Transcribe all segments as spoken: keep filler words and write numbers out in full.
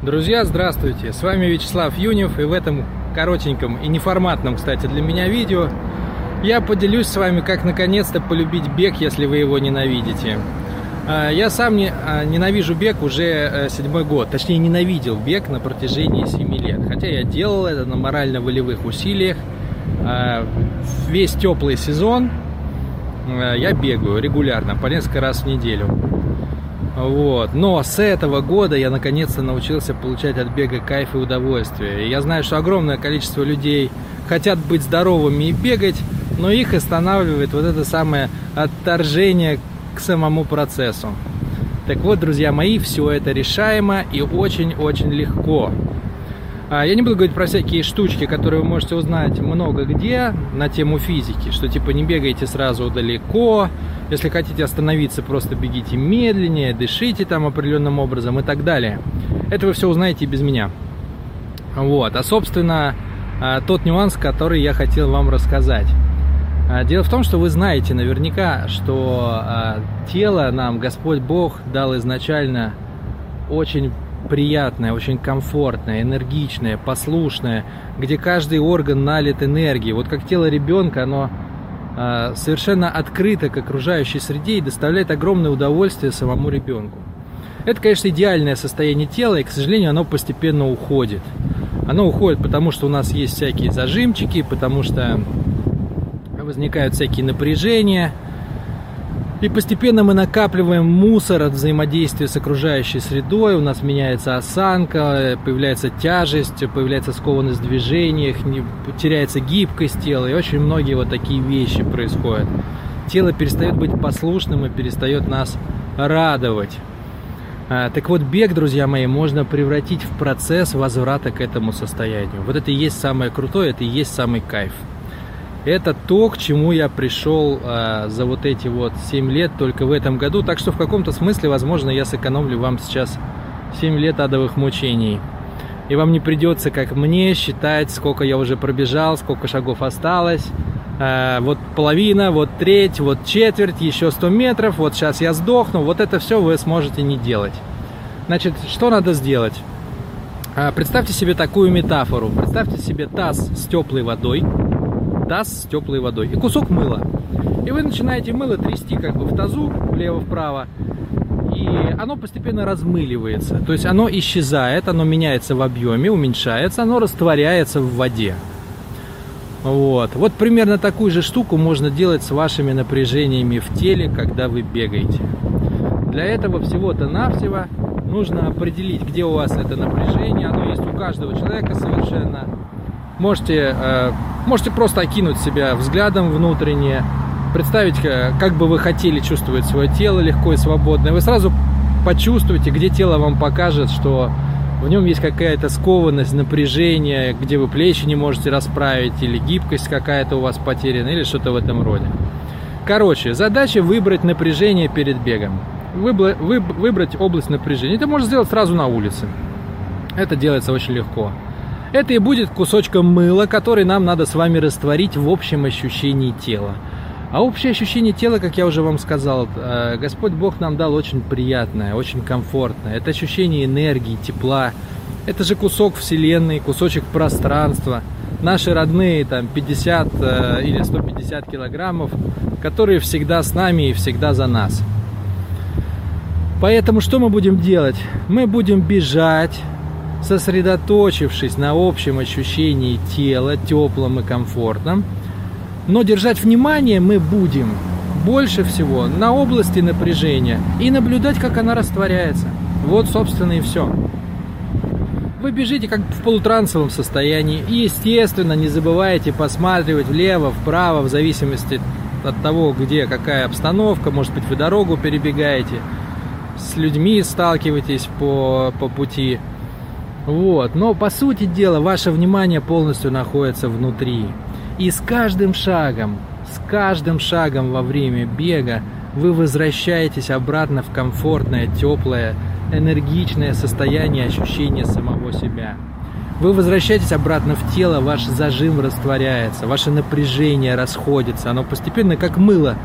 Друзья, здравствуйте! С вами Вячеслав Юнев, и в этом коротеньком и неформатном, кстати, для меня видео я поделюсь с вами, как наконец-то полюбить бег, если вы его ненавидите. Я сам не, ненавижу бег уже седьмой год, точнее ненавидел бег на протяжении семи лет, хотя я делал это на морально-волевых усилиях. Весь теплый сезон я бегаю регулярно, по несколько раз в неделю. Вот. Но с этого года я наконец-то научился получать от бега кайф и удовольствие. И я знаю, что огромное количество людей хотят быть здоровыми и бегать, но их останавливает вот это самое отторжение к самому процессу. Так вот, друзья мои, все это решаемо и очень-очень легко. Я не буду говорить про всякие штучки, которые вы можете узнать много где на тему физики, что типа не бегайте сразу далеко, если хотите остановиться, просто бегите медленнее, дышите там определенным образом и так далее. Это вы все узнаете и без меня. Вот. А собственно, тот нюанс, который я хотел вам рассказать. Дело в том, что вы знаете наверняка, что тело нам Господь Бог дал изначально очень приятное, очень комфортное, энергичное, послушное, где каждый орган налит энергией. Вот как тело ребенка, оно э, совершенно открыто к окружающей среде и доставляет огромное удовольствие самому ребенку. Это, конечно, идеальное состояние тела, и, к сожалению, оно постепенно уходит. Оно уходит, потому что у нас есть всякие зажимчики, потому что возникают всякие напряжения. И постепенно мы накапливаем мусор от взаимодействия с окружающей средой, у нас меняется осанка, появляется тяжесть, появляется скованность в движениях, теряется гибкость тела, и очень многие вот такие вещи происходят. Тело перестает быть послушным и перестает нас радовать. Так вот, бег, друзья мои, можно превратить в процесс возврата к этому состоянию. Вот это и есть самое крутое, это и есть самый кайф. Это то, к чему я пришел а, за вот эти вот семь лет только в этом году. Так что в каком-то смысле, возможно, я сэкономлю вам сейчас семь лет адовых мучений. И вам не придется, как мне, считать, сколько я уже пробежал, сколько шагов осталось. А, вот половина, вот треть, вот четверть, еще сто метров, вот сейчас я сдохну. Вот это все вы сможете не делать. Значит, что надо сделать? А, представьте себе такую метафору. Представьте себе таз с теплой водой. Таз с теплой водой и кусок мыла. И вы начинаете мыло трясти как бы в тазу, влево-вправо, и оно постепенно размыливается. То есть оно исчезает, оно меняется в объеме, уменьшается, оно растворяется в воде. Вот. Вот примерно такую же штуку можно делать с вашими напряжениями в теле, когда вы бегаете. Для этого всего-то навсего нужно определить, где у вас это напряжение. Оно есть у каждого человека совершенно. Можете, э, можете просто окинуть себя взглядом внутренне, представить, как бы вы хотели чувствовать свое тело легко и свободно. И вы сразу почувствуете, где тело вам покажет, что в нем есть какая-то скованность, напряжение, где вы плечи не можете расправить, или гибкость какая-то у вас потеряна, или что-то в этом роде. Короче, задача выбрать напряжение перед бегом. Выбрать, выбрать область напряжения. Это можно сделать сразу на улице. Это делается очень легко. Это и будет кусочком мыла, который нам надо с вами растворить в общем ощущении тела. А общее ощущение тела, как я уже вам сказал, Господь Бог нам дал очень приятное, очень комфортное. Это ощущение энергии, тепла. Это же кусок вселенной, кусочек пространства. Наши родные там пятьдесят или сто пятьдесят килограммов, которые всегда с нами и всегда за нас. Поэтому что мы будем делать? Мы будем бежать, сосредоточившись на общем ощущении тела, теплом и комфортном. Но держать внимание мы будем больше всего на области напряжения и наблюдать, как она растворяется. Вот, собственно, и все. Вы бежите как в полутрансовом состоянии. И, естественно, не забывайте посматривать влево, вправо, в зависимости от того, где какая обстановка. Может быть, вы дорогу перебегаете, с людьми сталкиваетесь по, по пути. Вот. Но, по сути дела, ваше внимание полностью находится внутри. И с каждым шагом, с каждым шагом во время бега вы возвращаетесь обратно в комфортное, теплое, энергичное состояние ощущения самого себя. Вы возвращаетесь обратно в тело, ваш зажим растворяется, ваше напряжение расходится, оно постепенно, как мыло,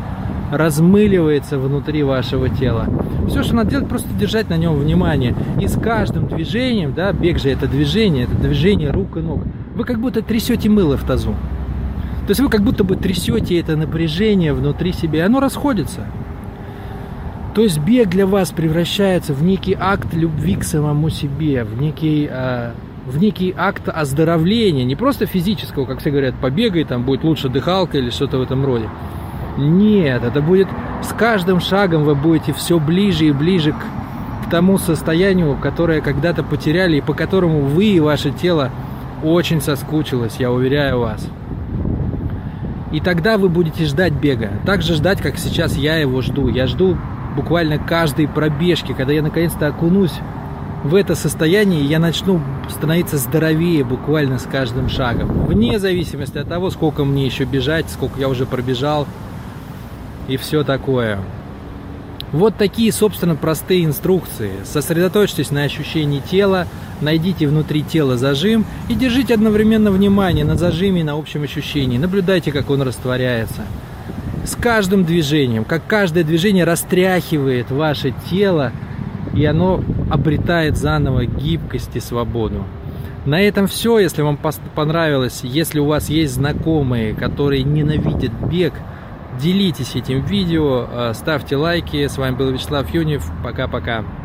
размыливается внутри вашего тела. Все, что надо делать, просто держать на нем внимание. И с каждым движением, да, бег же это движение, это движение рук и ног, вы как будто трясете мыло в тазу. То есть вы как будто бы трясете это напряжение внутри себя, и оно расходится. То есть бег для вас превращается в некий акт любви к самому себе, в некий, э, в некий акт оздоровления, не просто физического, как все говорят, побегай, там будет лучше дыхалка или что-то в этом роде. Нет, это будет с каждым шагом вы будете все ближе и ближе к, к тому состоянию, которое когда-то потеряли и по которому вы и ваше тело очень соскучилось, я уверяю вас. И тогда вы будете ждать бега, так же ждать, как сейчас я его жду. Я жду буквально каждой пробежки, когда я наконец-то окунусь в это состояние, я начну становиться здоровее буквально с каждым шагом. Вне зависимости от того, сколько мне еще бежать, сколько я уже пробежал и все такое. Вот такие, собственно, простые инструкции. Сосредоточьтесь на ощущении тела, найдите внутри тела зажим и держите одновременно внимание на зажиме и на общем ощущении. Наблюдайте, как он растворяется. С каждым движением, как каждое движение растряхивает ваше тело, и оно обретает заново гибкость и свободу. На этом все. Если вам понравилось, если у вас есть знакомые, которые ненавидят бег, делитесь этим видео, ставьте лайки. С вами был Вячеслав Юнев. Пока-пока.